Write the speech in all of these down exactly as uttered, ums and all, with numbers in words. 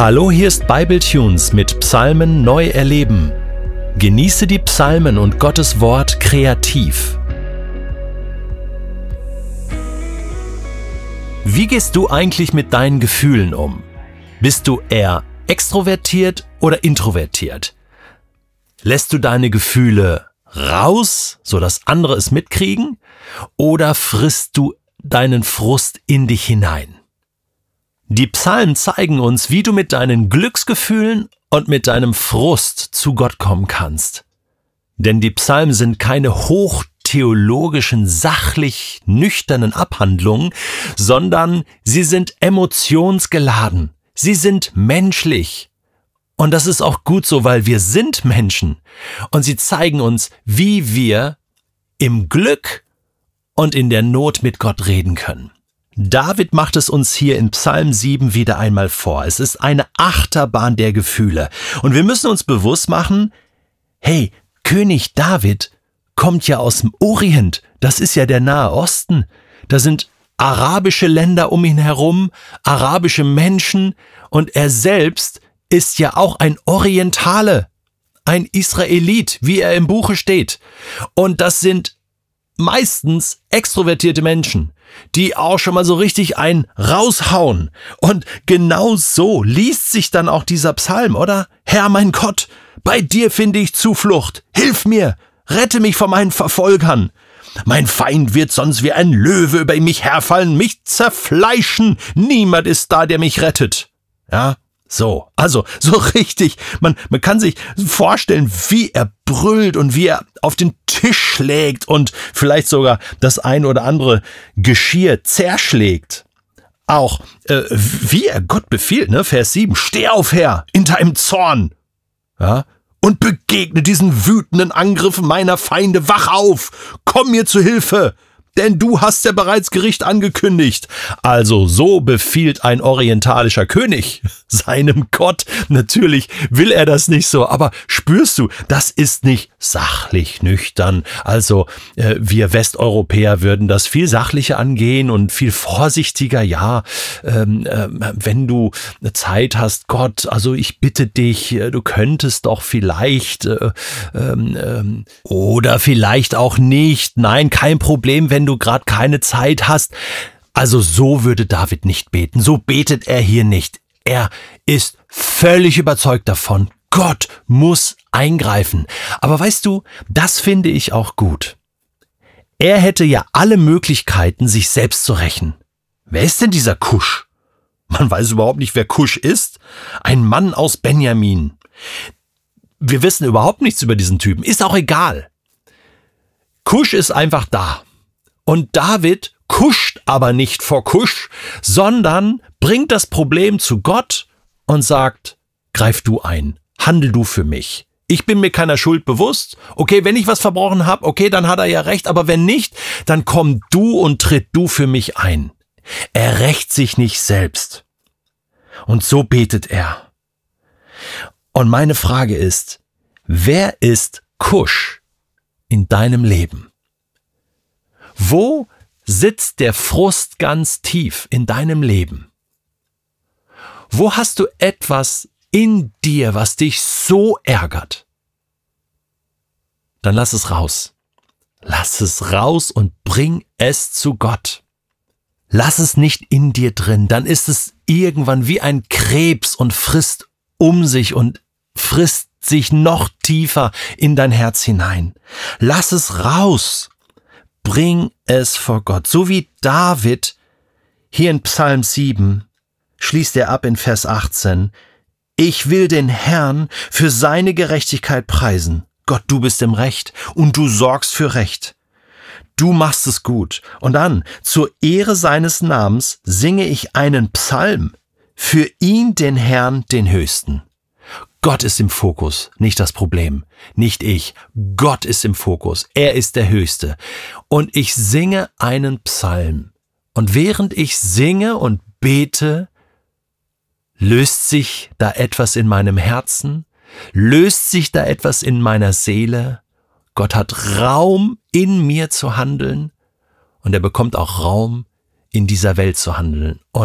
Hallo, hier ist Bibletunes mit Psalmen neu erleben. Genieße die Psalmen und Gottes Wort kreativ. Wie gehst du eigentlich mit deinen Gefühlen um? Bist du eher extrovertiert oder introvertiert? Lässt du deine Gefühle raus, sodass andere es mitkriegen? Oder frisst du deinen Frust in dich hinein? Die Psalmen zeigen uns, wie du mit deinen Glücksgefühlen und mit deinem Frust zu Gott kommen kannst. Denn die Psalmen sind keine hochtheologischen, sachlich nüchternen Abhandlungen, sondern sie sind emotionsgeladen. Sie sind menschlich. Und das ist auch gut so, weil wir sind Menschen. Und sie zeigen uns, wie wir im Glück und in der Not mit Gott reden können. David macht es uns hier in Psalm sieben wieder einmal vor. Es ist eine Achterbahn der Gefühle. Und wir müssen uns bewusst machen, hey, König David kommt ja aus dem Orient. Das ist ja der Nahe Osten. Da sind arabische Länder um ihn herum, arabische Menschen. Und er selbst ist ja auch ein Orientale, ein Israelit, wie er im Buche steht. Und das sind meistens extrovertierte Menschen, die auch schon mal so richtig einen raushauen. Und genau so liest sich dann auch dieser Psalm, oder? Herr, mein Gott, bei dir finde ich Zuflucht. Hilf mir, rette mich vor meinen Verfolgern. Mein Feind wird sonst wie ein Löwe über mich herfallen, mich zerfleischen. Niemand ist da, der mich rettet. Ja, so, also so richtig. Man, man kann sich vorstellen, wie er brüllt und wie er auf den Tisch schlägt und vielleicht sogar das ein oder andere Geschirr zerschlägt. Auch äh, wie er Gott befiehlt, ne? Vers sieben, steh auf, Herr, in deinem Zorn, ja, und begegne diesen wütenden Angriffen meiner Feinde. Wach auf, komm mir zu Hilfe, denn du hast ja bereits Gericht angekündigt. Also so befiehlt ein orientalischer König seinem Gott. Natürlich will er das nicht so, aber spürst du, das ist nicht sachlich nüchtern. Also äh, wir Westeuropäer würden das viel sachlicher angehen und viel vorsichtiger. Ja, ähm, äh, wenn du Zeit hast, Gott, also ich bitte dich, du könntest doch vielleicht äh, ähm, oder vielleicht auch nicht. Nein, kein Problem, wenn du gerade keine Zeit hast. Also so würde David nicht beten. So betet er hier nicht. Er ist völlig überzeugt davon, Gott muss eingreifen. Aber weißt du, das finde ich auch gut. Er hätte ja alle Möglichkeiten, sich selbst zu rächen. Wer ist denn dieser Kusch? Man weiß überhaupt nicht, wer Kusch ist. Ein Mann aus Benjamin. Wir wissen überhaupt nichts über diesen Typen. Ist auch egal. Kusch ist einfach da. Und David kuscht aber nicht vor Kusch, sondern bringt das Problem zu Gott und sagt, greif du ein, handel du für mich. Ich bin mir keiner Schuld bewusst. Okay, wenn ich was verbrochen habe, okay, dann hat er ja recht, aber wenn nicht, dann komm du und tritt du für mich ein. Er rächt sich nicht selbst. Und so betet er. Und meine Frage ist, wer ist Kusch in deinem Leben? Wo sitzt der Frust ganz tief in deinem Leben? Wo hast du etwas in dir, was dich so ärgert? Dann lass es raus. Lass es raus und bring es zu Gott. Lass es nicht in dir drin, dann ist es irgendwann wie ein Krebs und frisst um sich und frisst sich noch tiefer in dein Herz hinein. Lass es raus. Bring es vor Gott. So wie David hier in Psalm sieben schließt er ab in Vers achtzehn. Ich will den Herrn für seine Gerechtigkeit preisen. Gott, du bist im Recht und du sorgst für Recht. Du machst es gut. Und dann, zur Ehre seines Namens, singe ich einen Psalm. Für ihn, den Herrn, den Höchsten. Gott ist im Fokus, nicht das Problem, nicht ich. Gott ist im Fokus, er ist der Höchste. Und ich singe einen Psalm. Und während ich singe und bete, löst sich da etwas in meinem Herzen, löst sich da etwas in meiner Seele. Gott hat Raum, in mir zu handeln und er bekommt auch Raum, in dieser Welt zu handeln. Und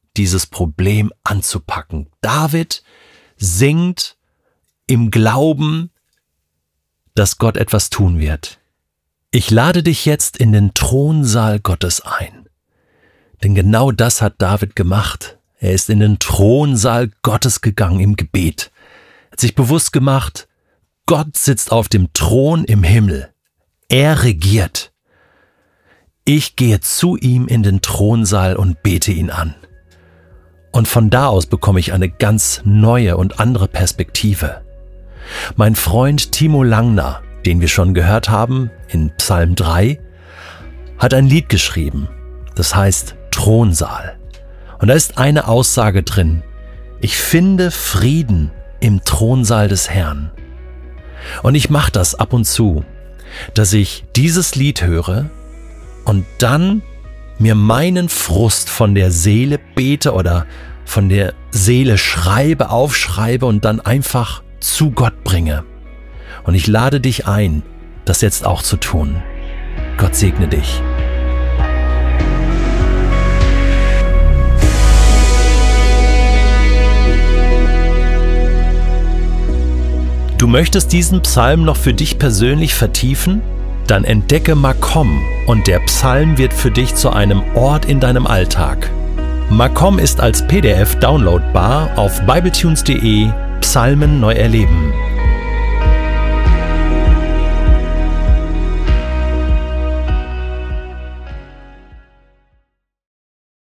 dieses Problem anzupacken. David singt im Glauben, dass Gott etwas tun wird. Ich lade dich jetzt in den Thronsaal Gottes ein. Denn genau das hat David gemacht. Er ist in den Thronsaal Gottes gegangen im Gebet. Er hat sich bewusst gemacht, Gott sitzt auf dem Thron im Himmel. Er regiert. Ich gehe zu ihm in den Thronsaal und bete ihn an. Und von da aus bekomme ich eine ganz neue und andere Perspektive. Mein Freund Timo Langner, den wir schon gehört haben in Psalm drei, hat ein Lied geschrieben, das heißt Thronsaal. Und da ist eine Aussage drin: Ich finde Frieden im Thronsaal des Herrn. Und ich mache das ab und zu, dass ich dieses Lied höre und dann mir meinen Frust von der Seele bete oder von der Seele schreibe, aufschreibe und dann einfach zu Gott bringe. Und ich lade dich ein, das jetzt auch zu tun. Gott segne dich. Du möchtest diesen Psalm noch für dich persönlich vertiefen? Dann entdecke Makom und der Psalm wird für dich zu einem Ort in deinem Alltag. Makom ist als P D F downloadbar auf bibletunes punkt de Psalmen neu erleben.